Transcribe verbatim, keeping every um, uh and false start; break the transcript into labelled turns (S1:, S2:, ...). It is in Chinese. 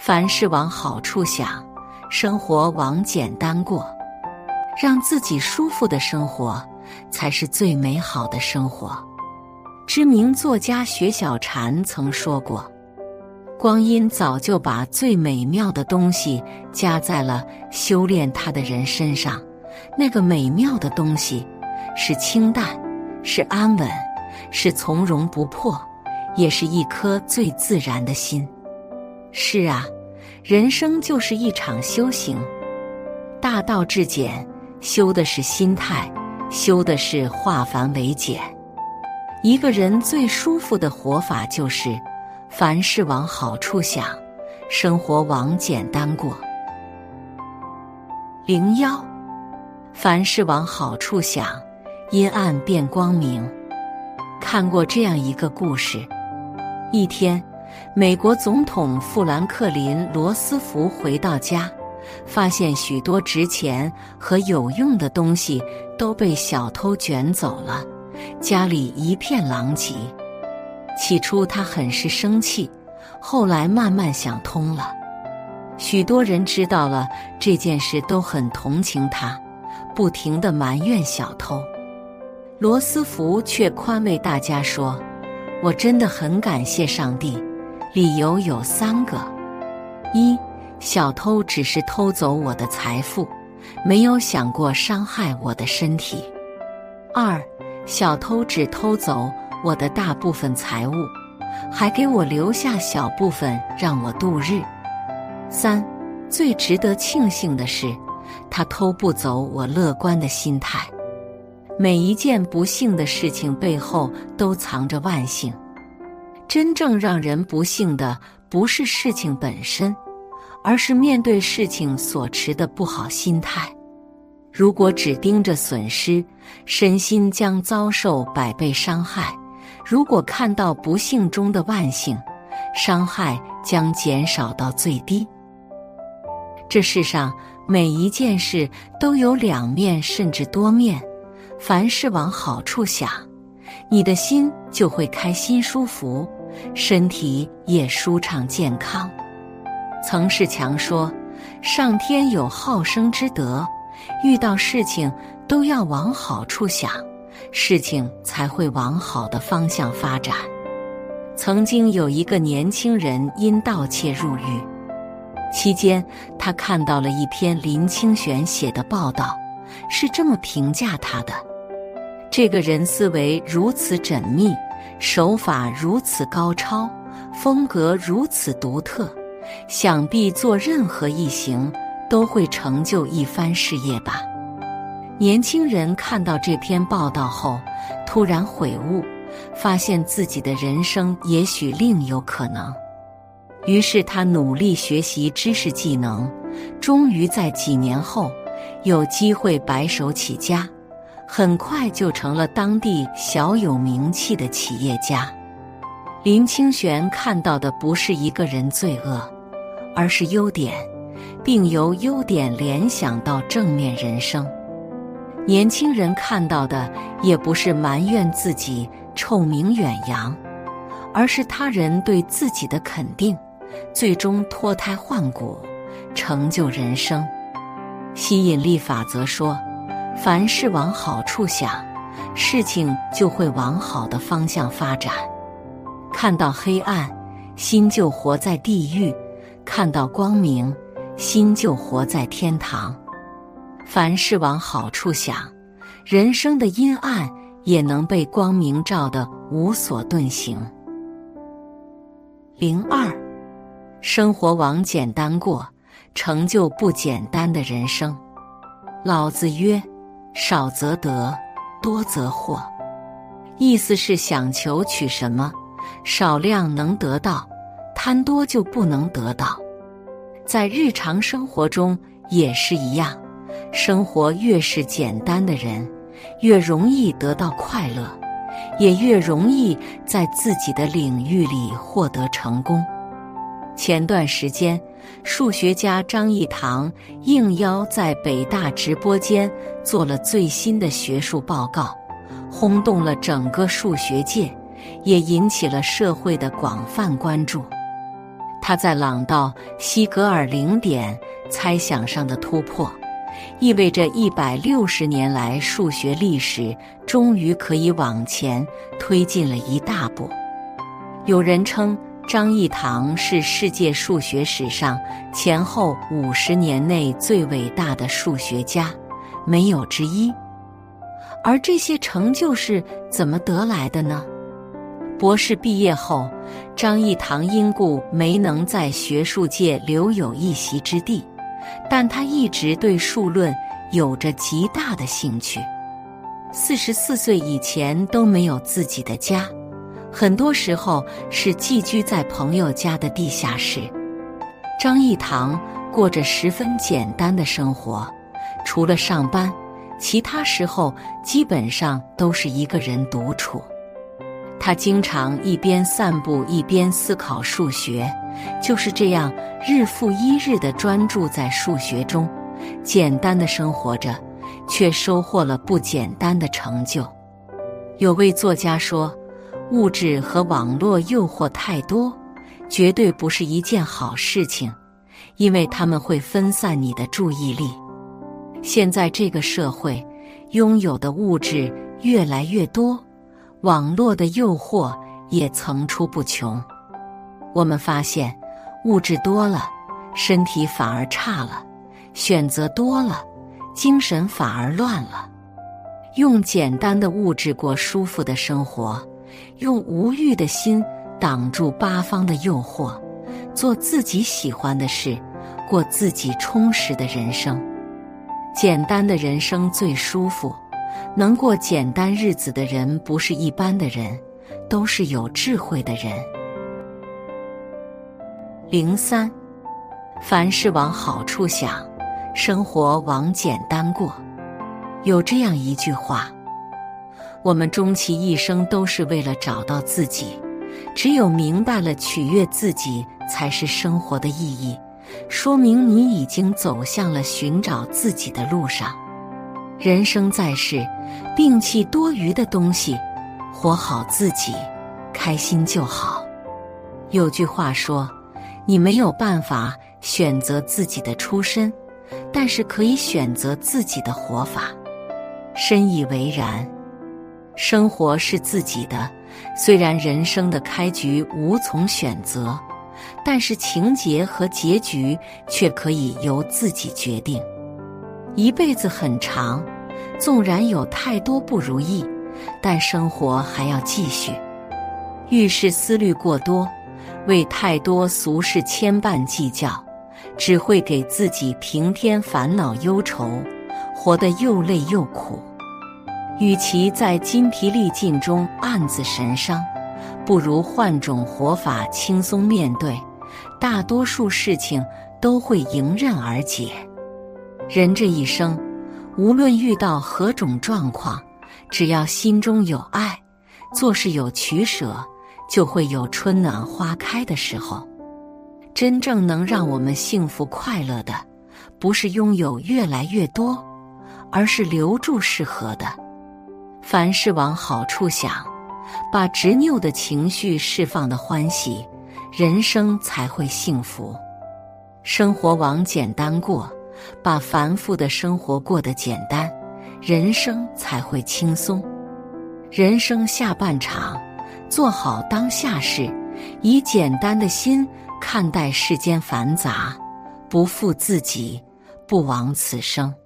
S1: 凡事往好处想，生活往简单过，让自己舒服的生活才是最美好的生活。知名作家雪小禅曾说过，光阴早就把最美妙的东西加在了修炼他的人身上，那个美妙的东西是清淡，是安稳，是从容不迫，也是一颗最自然的心。是啊，人生就是一场修行，大道至简，修的是心态，修的是化繁为简。一个人最舒服的活法就是凡事往好处想，生活往简单过。零幺，凡事往好处想，阴暗变光明。看过这样一个故事，一天，美国总统富兰克林·罗斯福回到家，发现许多值钱和有用的东西都被小偷卷走了，家里一片狼藉。起初他很是生气，后来慢慢想通了。许多人知道了这件事都很同情他，不停地埋怨小偷。罗斯福却宽慰大家说，我真的很感谢上帝，理由有三个：一，小偷只是偷走我的财富，没有想过伤害我的身体；二，小偷只偷走我的大部分财物，还给我留下小部分让我度日；三，最值得庆幸的是，他偷不走我乐观的心态。每一件不幸的事情背后都藏着万幸，真正让人不幸的不是事情本身，而是面对事情所持的不好心态。如果只盯着损失，身心将遭受百倍伤害；如果看到不幸中的万幸，伤害将减少到最低。这世上每一件事都有两面甚至多面，凡事往好处想，你的心就会开心舒服，身体也舒畅健康。曾仕强说，上天有好生之德，遇到事情都要往好处想，事情才会往好的方向发展。曾经有一个年轻人因盗窃入狱，期间他看到了一篇林清玄写的报道，是这么评价他的：这个人思维如此缜密，手法如此高超，风格如此独特，想必做任何一行都会成就一番事业吧。年轻人看到这篇报道后，突然悔悟，发现自己的人生也许另有可能。于是他努力学习知识技能，终于在几年后有机会白手起家，很快就成了当地小有名气的企业家。林清玄看到的不是一个人罪恶，而是优点，并由优点联想到正面人生。年轻人看到的也不是埋怨自己臭名远扬，而是他人对自己的肯定，最终脱胎换骨，成就人生。吸引力法则说，凡事往好处想，事情就会往好的方向发展。看到黑暗，心就活在地狱；看到光明，心就活在天堂。凡事往好处想，人生的阴暗也能被光明照得无所遁形。零二，生活往简单过，成就不简单的人生。老子曰，少则得，多则惑。意思是想求取什么，少量能得到，贪多就不能得到。在日常生活中也是一样，生活越是简单的人，越容易得到快乐，也越容易在自己的领域里获得成功。前段时间，数学家张益唐应邀在北大直播间做了最新的学术报告，轰动了整个数学界，也引起了社会的广泛关注。 他在朗道西格尔零点猜想上的突破，意味着一百六十年来数学历史终于可以往前推进了一大步。有人称张益唐是世界数学史上前后五十年内最伟大的数学家，没有之一。而这些成就是怎么得来的呢？博士毕业后，张益唐因故没能在学术界留有一席之地，但他一直对数论有着极大的兴趣。四十四岁以前都没有自己的家，很多时候是寄居在朋友家的地下室。张益唐过着十分简单的生活，除了上班，其他时候基本上都是一个人独处。他经常一边散步一边思考数学，就是这样日复一日地专注在数学中，简单的生活着，却收获了不简单的成就。有位作家说，物质和网络诱惑太多，绝对不是一件好事情，因为它们会分散你的注意力。现在这个社会，拥有的物质越来越多，网络的诱惑也层出不穷。我们发现，物质多了，身体反而差了；选择多了，精神反而乱了。用简单的物质过舒服的生活，用无欲的心挡住八方的诱惑，做自己喜欢的事，过自己充实的人生。简单的人生最舒服，能过简单日子的人不是一般的人，都是有智慧的人。零三，凡事往好处想，生活往简单过。有这样一句话，我们终其一生都是为了找到自己，只有明白了取悦自己才是生活的意义，说明你已经走向了寻找自己的路上。人生在世，摒弃多余的东西，活好自己，开心就好。有句话说，你没有办法选择自己的出身，但是可以选择自己的活法。深以为然。生活是自己的，虽然人生的开局无从选择，但是情节和结局却可以由自己决定。一辈子很长，纵然有太多不如意，但生活还要继续。遇事思虑过多，为太多俗事牵绊计较，只会给自己平添烦恼忧愁，活得又累又苦。与其在筋疲力尽中暗自神伤，不如换种活法轻松面对，大多数事情都会迎刃而解。人这一生，无论遇到何种状况，只要心中有爱，做事有取舍，就会有春暖花开的时候。真正能让我们幸福快乐的，不是拥有越来越多，而是留住适合的。凡事往好处想，把执拗的情绪释放的欢喜，人生才会幸福。生活往简单过，把繁复的生活过得简单，人生才会轻松。人生下半场，做好当下事，以简单的心看待世间繁杂，不负自己，不枉此生。